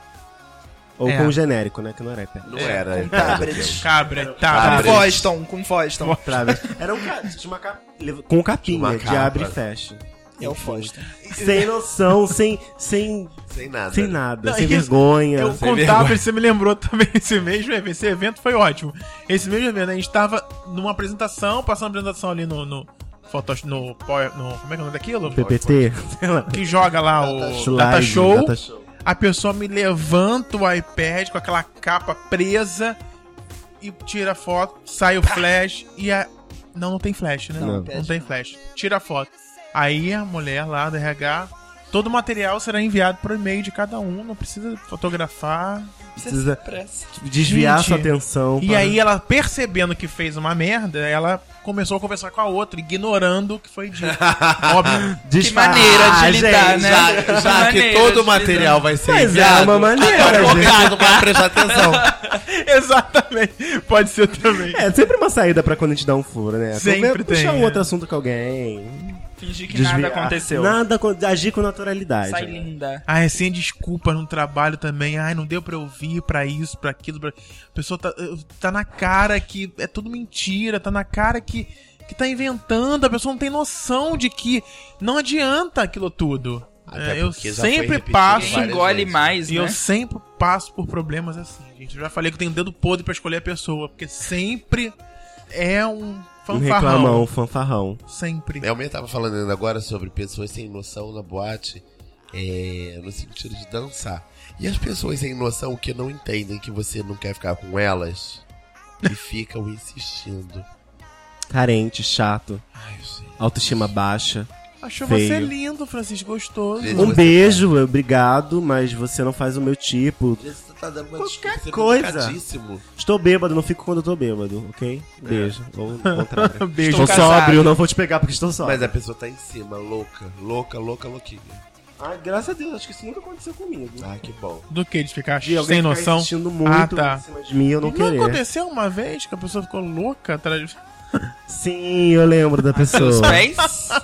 Ou É. com o genérico, né? Que não era iPad. Não era. Com ele tablet. aquilo. Cabra, Com tá. Tablet. Foston, com Foston. Sabe? Era um ca... tinha uma capa... com capinha Tinha uma de capa. abre e fecha. É o Foston. Sem noção, sem, sem, Sem nada. sem nada, Não, sem isso- vergonha. Eu Sem contava, vergonha. você me lembrou também esse mesmo evento. Esse evento foi ótimo. Esse mesmo evento, a gente tava numa apresentação, passando uma apresentação ali no. no, Photoshop, no, Power- no como é que é o nome daquilo? P P T, sei lá. Que joga lá o Slide, Data Show. Data Show. A pessoa me levanta o iPad com aquela capa presa e tira a foto, sai o flash e a. Não, não tem flash, né? Não. Não, tem flash. Tira a foto. Aí a mulher lá do R H, todo o material será enviado por e-mail de cada um, não precisa fotografar. Precisa Pressa. desviar Gente, sua atenção. E para- aí ela, percebendo que fez uma merda, ela começou a conversar com a outra, ignorando o que foi dito. Óbvio. Que Disfarçar, maneira de gente. lidar, né? Já, já que Maneira todo de o material vai ser Mas é enviado, uma maneira, o gente. advogado vai prestar atenção. Exatamente. Pode ser também. É sempre uma saída pra quando a gente dá um furo, né? Sempre Conver- tem, Puxar um é. outro assunto com alguém. Fingir que desviar- nada aconteceu. Nada, acon- agir com naturalidade. Sai né? linda. Ai, sem desculpa no trabalho também. Ai, não deu pra eu vir pra isso, pra aquilo. Pra... A pessoa tá, tá na cara que é tudo mentira, tá na cara que, que tá inventando. A pessoa não tem noção de que não adianta aquilo tudo. Até É, eu porque já foi sempre repetido passo. Quem várias engole vezes. mais, E né? eu sempre passo por problemas assim, gente. Eu já falei que eu tenho dedo podre pra escolher a pessoa, porque sempre é um Um fanfarrão. reclamão, um fanfarrão. Sempre. Eu também tava falando ainda agora sobre pessoas sem noção na boate, é, no sentido de dançar. E as pessoas sem noção que não entendem que você não quer ficar com elas e ficam insistindo. Carente, chato, Ai, gente. autoestima baixa. Achou Feio. você lindo, Francisco, gostoso. Gente, Um você beijo, obrigado, mas você não faz o meu tipo. Você tá dando uma Qualquer desculpa, você é coisa. educadíssimo. Estou bêbado, não fico quando eu tô bêbado, ok? Beijo. Ou o contrário. Beijo. Estou Estou casado. sóbrio, não vou te pegar porque estou sóbrio. Mas a pessoa tá em cima, louca, louca, louca, louquinha. Ai, graças a Deus, acho que isso nunca aconteceu comigo. Ah, que bom. Do que? De ficar De alguém sem ficar noção? insistindo muito Ah, tá. em cima de mim, eu não, Não querer. aconteceu uma vez que a pessoa ficou louca atrás. Sim, eu lembro da Os pessoa. pés,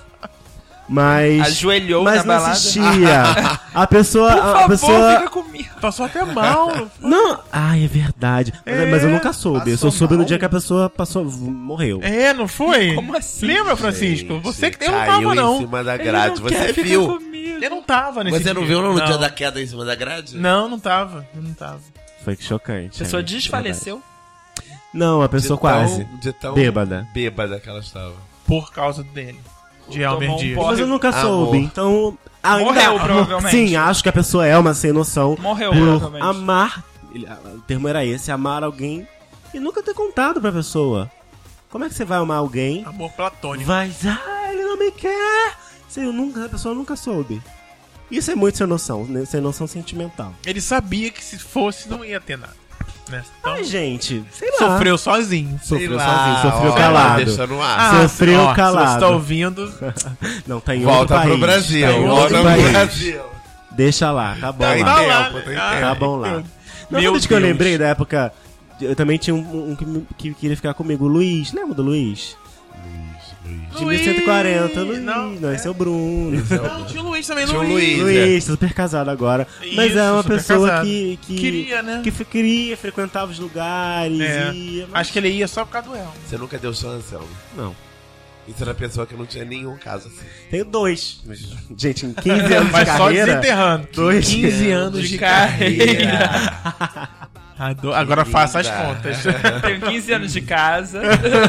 Mas. ajoelhou mas na não balada. insistia. A pessoa. Por a favor, pessoa. fica comigo. Passou até mal. Não. Ai, é verdade. Mas, É, mas eu nunca soube. Eu só passou soube no mal. dia que a pessoa passou, morreu. É, não foi? Como assim? Lembra, Francisco? Gente, Você que eu não caiu tava, em não. cima da Ele grade. não quer Você ficar viu? comigo. Eu não tava nesse Você não dia. viu no não. dia da queda em cima da grade? Não, não tava. Eu não tava. Foi chocante. A pessoa é, desfaleceu. verdade. Não, a pessoa De quase. Tão, de tão Bêbada. Bêbada que ela estava. Por causa dele. De Elmer Tomou um Dias. pó. Mas eu nunca Amor. soube, então. ainda- Morreu, provavelmente. Sim, acho que a pessoa é uma sem noção. Morreu, por provavelmente. amar. ele- O termo era esse, amar alguém e nunca ter contado pra pessoa. Como é que você vai amar alguém? Amor platônico. Vai, ah, ele não me quer. Sei, eu nunca, a pessoa nunca soube. Isso é muito sem noção, né? Sem noção sentimental. Ele sabia que se fosse não ia ter nada. Né? Então, Ai, gente, sei lá. sofreu sozinho. Sofreu Sei lá, sozinho, sofreu ó, calado. Deixa no ar. Ah, Sofreu ó, calado. Se você tá ouvindo, Não, tá em Volta outro país. pro Brasil. Tá em Volta outro pro país. Brasil. Deixa lá, tá bom Tá em lá. tá lá, tempo, tem né? tempo. Tá bom lá. Meu Não, Meu sabe de que eu Deus. lembrei da época. Eu também tinha um, um que, me- que queria ficar comigo, o Luiz. Lembra do Luiz? De Luiz, mil cento e quarenta, Luiz. não, Não, esse é o Bruno. Não, tinha o Luiz também, Tinha o Luiz. Luiz. Luiz, super casado agora. Mas Isso, é uma super pessoa casado. que, que. Queria, né? Que f- queria, frequentava os lugares. É. Ia, mas- Acho que ele ia só por causa do Elmer. Você nunca deu chance, Elmo? Não. Isso era pessoa que não tinha nenhum caso assim. Tenho dois. Gente, em quinze anos de Mas só carreira. desenterrando. Dois. quinze anos de, De carreira. Ado- Agora faça as linda. contas. Tenho quinze anos de casa.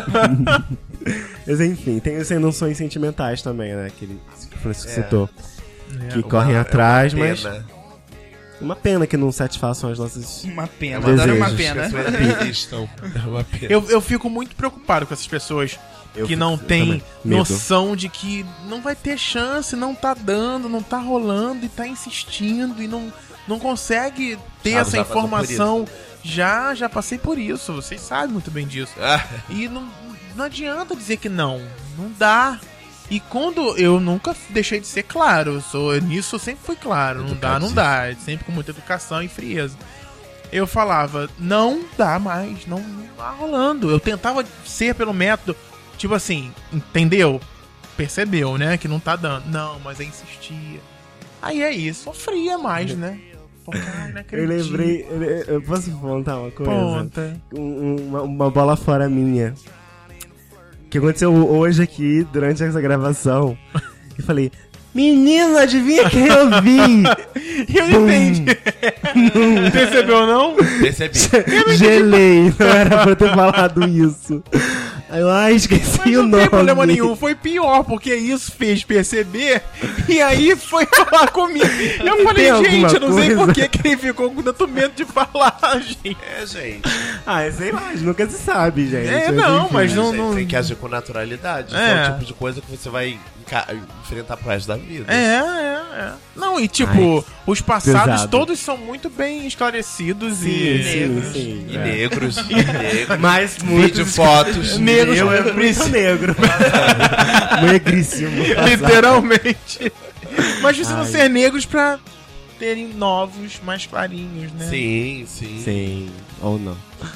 Mas enfim, tem sem noções sentimentais também, né? Que ele que o Francisco É. citou. Que Uma- correm é uma atrás, mas. pena. Uma pena que não satisfaçam as nossas. Uma pena, Desejos. adoro uma As pena. pessoas persistam. É uma pena. Eu, eu fico muito preocupado com essas pessoas Eu que fico- não eu tem também. Medo. noção de que não vai ter chance, não tá dando, não tá rolando e tá insistindo e não, não consegue ter Thiago essa já passou por informação. Já, já passei por isso, vocês sabem muito bem disso. Ah, E não, não adianta dizer que não, não dá. E quando eu nunca deixei de ser claro, eu sou, nisso eu sempre fui claro, não dá, não dá, sempre com muita educação e frieza. Eu falava, não dá mais, não, não tá rolando. Eu tentava ser pelo método, tipo assim, entendeu? Percebeu, né, que não tá dando. Não, mas eu insistia. Aí é isso, sofria mais, né? Porque, ai, não Eu acredito. lembrei. Eu, eu posso contar uma coisa? Ponta. Um- uma, uma bola fora minha. Que aconteceu hoje aqui, durante essa gravação. Eu falei, menino, adivinha quem eu vi? E eu não entendi. Percebeu, não? percebi. Gelei, não era pra eu ter falado isso. Aí eu, ai, esqueci Mas o não nome. tem problema nenhum, foi pior, porque isso fez perceber e aí foi falar comigo. Eu falei, Tem gente, alguma eu não sei coisa? por que que ele ficou com tanto medo de falar, gente. É, gente. Ah, sei lá, nunca se sabe, gente. É, não, enfim. mas É, não- gente, não- Tem que agir com naturalidade. É. É o tipo de coisa que você vai enca- enfrentar pro resto da vida. É, é, é. Não, e tipo, os passados pesado. todos são muito bem esclarecidos Sim, e... sim, sim. E é. negros, e negros. Mas Vídeo, muitos fotos. Negros, Eu é muito negro. Negríssimo. literalmente. Mas precisam Ai. ser negros pra terem novos mais clarinhos, né? Sim, sim. Sim, ou não.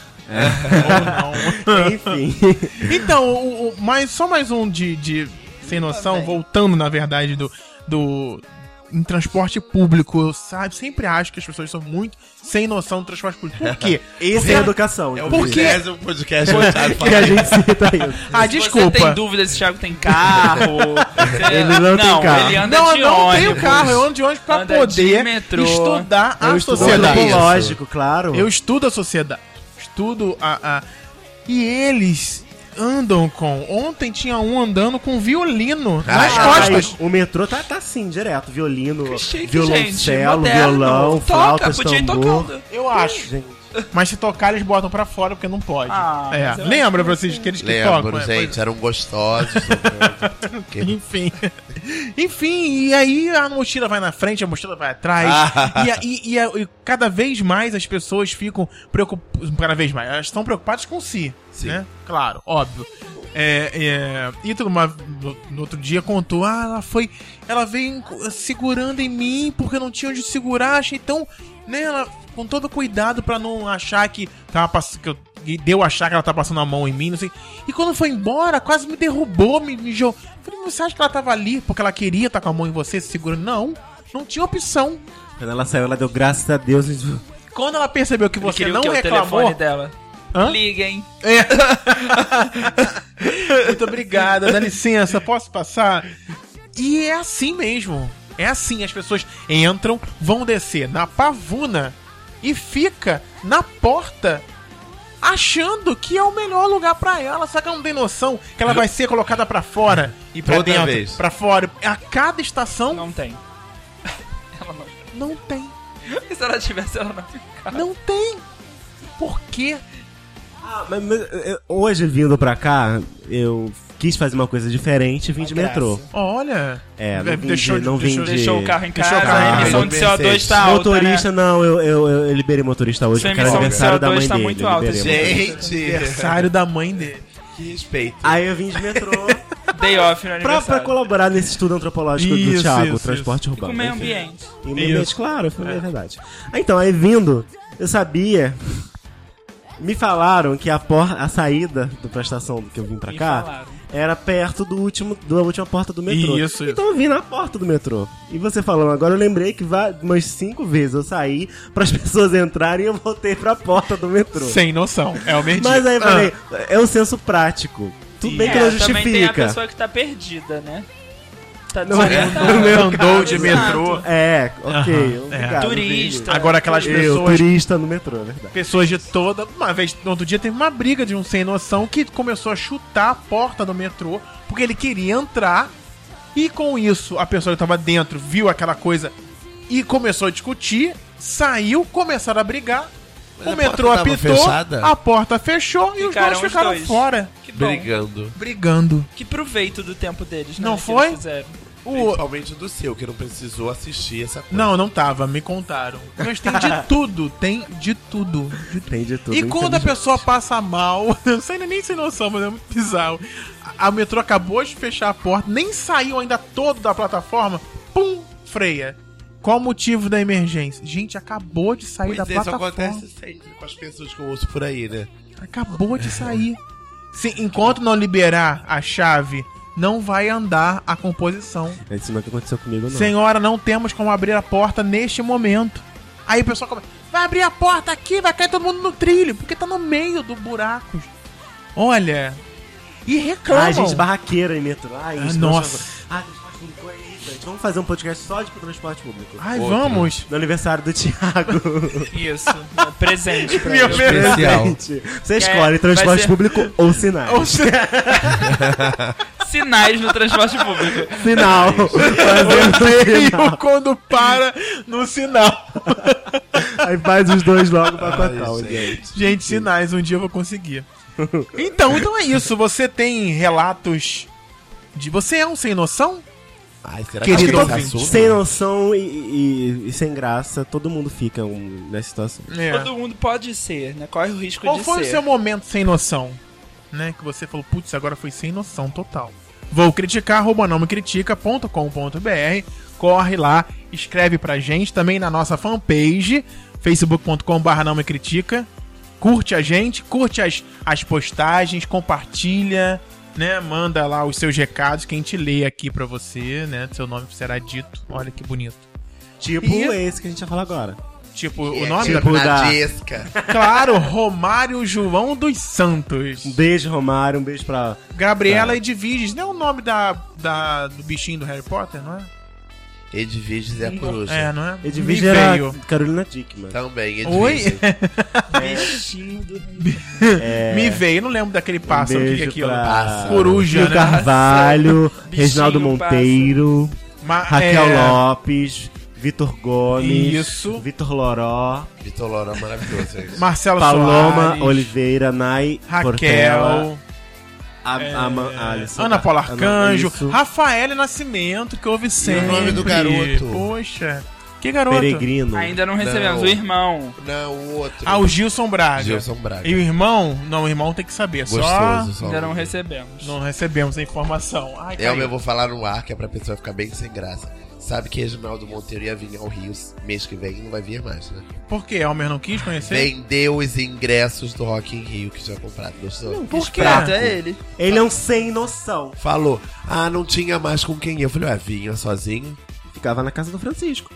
Ou não. Enfim. Então, o, o- mais, só mais um de, de sem noção, Também. voltando, na verdade, do, do em transporte público. Eu sabe, sempre acho que as pessoas são muito sem noção do transporte público. Por quê? Esse é a educação. É o Por quê? vigésimo podcast do Thiago que a gente cita isso. Ah, Se desculpa. você tem dúvida se o Thiago tem carro... você- Ele não tem carro. ele anda Não, de eu não ônibus. tenho carro, eu ando de ônibus pra Anda de poder metrô. estudar a Eu estudo sociedade. Olha isso. lógico, claro. Eu estudo a sociedade. Estudo a, a. E eles andam com. Ontem tinha um andando com violino nas Ah, costas. Ai, o metrô tá, tá assim, direto. Violino, Que chique, gente. violoncelo, Moderno. violão, Toca, flautas, podia ir tambor. tocando. Eu acho. Gente, Mas se tocar, eles botam pra fora porque não pode. Ah, é. mas eu Lembra acho que vocês que eles que Lembro, tocam? é, gente, eram gostosos. pois- Enfim. Enfim, e aí a mochila vai na frente, a mochila vai atrás. Ah. e, a- e- e a- e cada vez mais as pessoas ficam preocupadas. Cada vez mais, elas estão preocupadas com si. Sim. Né? Claro, óbvio. É, é, e tudo uma, no, no outro dia contou, ah, ela foi, ela veio enco- segurando em mim porque não tinha onde segurar, achei tão, né, ela, com todo cuidado pra não achar que tava passando, que eu, que deu a achar que ela tá passando a mão em mim, não sei. E quando foi embora, quase me derrubou, me, me jogou. Falei, você acha que ela tava ali porque ela queria estar com a mão em você se segurando? Não, não tinha opção. quando ela saiu, ela deu graças a Deus. e- Quando ela percebeu que Ele você queria o não quê? O reclamou, telefone dela. Hã? Liguem. É. Muito obrigada, dá licença, posso passar? E é assim mesmo. É assim, as pessoas entram, vão descer na pavuna e fica na porta achando que é o melhor lugar pra ela, só que ela não tem noção que ela vai ser colocada pra fora e pra Toda dentro, vez. pra fora. A cada estação Não tem. Ela não... não tem, E se ela tivesse, ela não ficava. não tem. Por quê? Ah, mas, mas, eu- hoje, vindo pra cá, eu quis fazer uma coisa diferente e vim de Uma metrô. graça. Olha, É, não vim deixou de- não vim deixou de- Deixou o carro em Deixou casa, o carro em a emissão casa. de C O dois tá alta, Motorista, né? não, eu, eu, eu, eu liberei motorista hoje, Sua porque era emissão de aniversário da C O dois mãe tá dele. muito eu alta, liberei motorista. Gente, aniversário da mãe dele. que respeito. Aí eu vim de metrô Day off no pra, pra aniversário. colaborar nesse estudo antropológico do Isso, Thiago, isso, transporte Com urbano. o meio enfim. ambiente. E o meio ambiente, Isso. claro, foi é verdade. Ah, então, aí vindo, eu sabia. Me falaram que a, por, a saída do prestação que eu vim pra Me cá falaram. era perto do último, da última porta do metrô. Isso, isso. Então eu vim na porta do metrô. E você falando, agora eu lembrei que vai, umas cinco vezes eu saí pras pessoas entrarem e eu voltei pra porta do metrô. Sem noção. É o medinho. Mas aí eu Ah. falei, é o senso prático. Tudo bem que não É, também tem a justifica. pessoa que tá perdida, né? Tá Não é. desorientada. No meu andou de Exato. metrô. É, ok. Aham, obrigado, é. Turista. Agora aquelas entendi. Eu, pessoas, turista no metrô, é verdade. pessoas de toda... Uma vez, no outro dia, teve uma briga de um sem noção que começou a chutar a porta do metrô porque ele queria entrar e com isso a pessoa que tava dentro viu aquela coisa e começou a discutir, saiu, começaram a brigar Mas o a metrô porta tava apitou, fechada? a porta fechou e os Ficaram dois os ficaram dois. fora, Que bom. Brigando. brigando. Que proveito do tempo deles, né? Não que foi? eles fizeram. O... Principalmente do seu, que não precisou assistir essa coisa. Não, não tava, me contaram. Mas tem de tudo, tem de tudo. De tudo. Tem de tudo. E quando a infelizmente. pessoa passa mal, eu não sei nem sem noção, mas é muito bizarro. A, a metrô acabou de fechar a porta, nem saiu ainda todo da plataforma, pum, freia. Qual o motivo da emergência? Gente, acabou de sair Pois da é, isso plataforma. acontece sempre com as pessoas que eu ouço por aí, né? Acabou de sair. Se, enquanto não liberar a chave, não vai andar a composição. Isso não é o que aconteceu comigo, não. Senhora, não temos como abrir a porta neste momento. Aí o pessoal começa, vai abrir a porta aqui, vai cair todo mundo no trilho, porque tá no meio do buraco. Olha, e reclamam. Ah, gente barraqueira em metrô. Ai, Ah, isso, nossa. Ah, transporte público é isso, gente. Vamos fazer um podcast só de transporte público. Ai, Outro. vamos. No aniversário do Thiago. Isso. É presente pra Meu eles. Deus. Especial. Gente, você É, escolhe transporte vai ser- público ou sinais. Ou se- Sinais no transporte público. Sinal. Fazendo sinal. E quando para no sinal. Aí faz os dois logo pra Ai, total, gente. gente. Gente, sinais, um dia eu vou conseguir. Então, então é isso. Você tem relatos de... Você é um sem noção? Ai, será Querido que ouvinte, assunto? Sem noção e, e- e sem graça, todo mundo fica um, nessa situação. É. Todo mundo pode ser, né? Corre o risco Qual de foi ser. o seu momento sem noção? Né? Que você falou, putz, agora foi sem noção total. Vou criticar, arroba não me critica ponto com ponto br. Corre lá, escreve pra gente também na nossa fanpage, facebook ponto com barra não me critica. Curte a gente, curte as, as postagens, compartilha, né? Manda lá os seus recados que a gente lê aqui pra você, né? Seu nome será dito. Olha que bonito. Tipo E- esse que a gente vai falar agora. Tipo, É, o nome tipo da... da- Nadesca. Claro, Romário João dos Santos. Um beijo, Romário, um beijo pra... Gabriela Edviges, não é o nome da, da, do bichinho do Harry Potter, não é? Edviges é a coruja. É, não é? Edvige Me era veio. Carolina Dickman. Também, Edviges. Oi? Bichinho do... Me veio, eu não lembro daquele pássaro, o que que é beijo aquilo? pra- Pássaro. Coruja, Gil né? Carvalho, Bichinho, Reginaldo Monteiro, Ma- Raquel é, Lopes, Vitor Gomes, Isso. Vitor Loró, Vitor Loró, maravilhoso. é isso. Marcelo Paloma Soares, Oliveira, Nay Portela, Raquel, a, é, a, a, Alisson, Ana Paula Arcanjo, isso, Rafael Nascimento, que houve sempre. nome do garoto? Poxa, que garoto? Peregrino. Ainda não recebemos. Não. O irmão. Não, o outro. Ah, o Gilson Braga. Gilson Braga. E o irmão? Não, o irmão tem que saber. Gostoso. Só só Ainda não um. recebemos. não recebemos a informação. Ai, É, caiu. eu vou falar no ar, que é pra pessoa ficar bem sem graça. Sabe que Reginaldo Monteiro ia vir ao Rio mês que vem e não vai vir mais, né? Por quê? Elmer não quis conhecer? Vendeu os ingressos do Rock in Rio que tinha comprado. Gostou? Por quê? Esperto é ele. Ele é um sem noção. Falou, ah, não tinha mais com quem ir. Eu falei, ué, vinha sozinho. Ficava na casa do Francisco.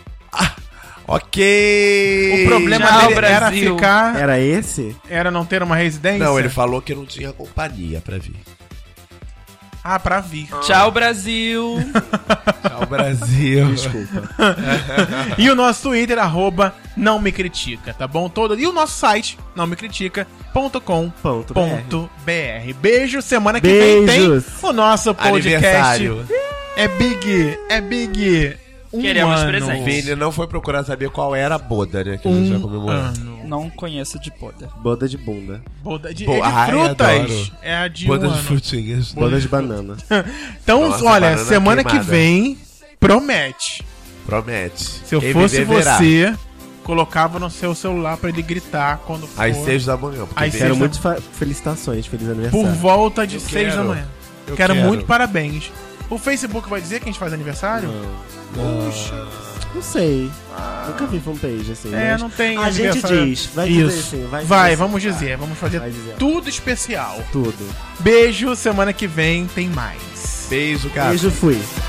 Ok! O problema Tchau, dele era Brasil. ficar... Era esse? Era não ter uma residência? Não, ele falou que não tinha companhia pra vir. Ah, pra vir. Tchau, Brasil. Tchau, Brasil. Desculpa. E o nosso Twitter, arroba não me critica, tá bom? Todo... E o nosso site, não me critica ponto com Ponto ponto br. Beijo, semana que vem Beijos. tem o nosso podcast. Aniversário. É big, é big. Um Queremos ano. presente. Vini não foi procurar saber qual era a boda, né? Que a Um gente já comemorou. ano. Não conheço de poda. Boda de bunda. Boda de, Pô, é de ai, frutas. adoro. É a de Boda um de ano. frutinhas. Boda de banana. Então, Nossa, olha, banana semana que queimada. vem, promete. Promete. Se eu Quem fosse viver, verá. você, colocava no seu celular pra ele gritar quando for. Às seis da manhã. porque Às vem- Quero Sexta- muitas fa- felicitações, feliz Por aniversário. volta de Eu seis da quero. manhã. Eu quero, quero. muito parabéns. O Facebook vai dizer que a gente faz aniversário? Não. Não sei. Nunca vi fanpage assim. É, mas não tem a gente aniversário. diz. Vai dizer Isso. assim. Vai, Vai, dizer vamos assim. dizer. Vamos fazer Vai dizer. tudo especial. Tudo. Beijo, semana que vem tem mais. Beijo, cara. Beijo, fui.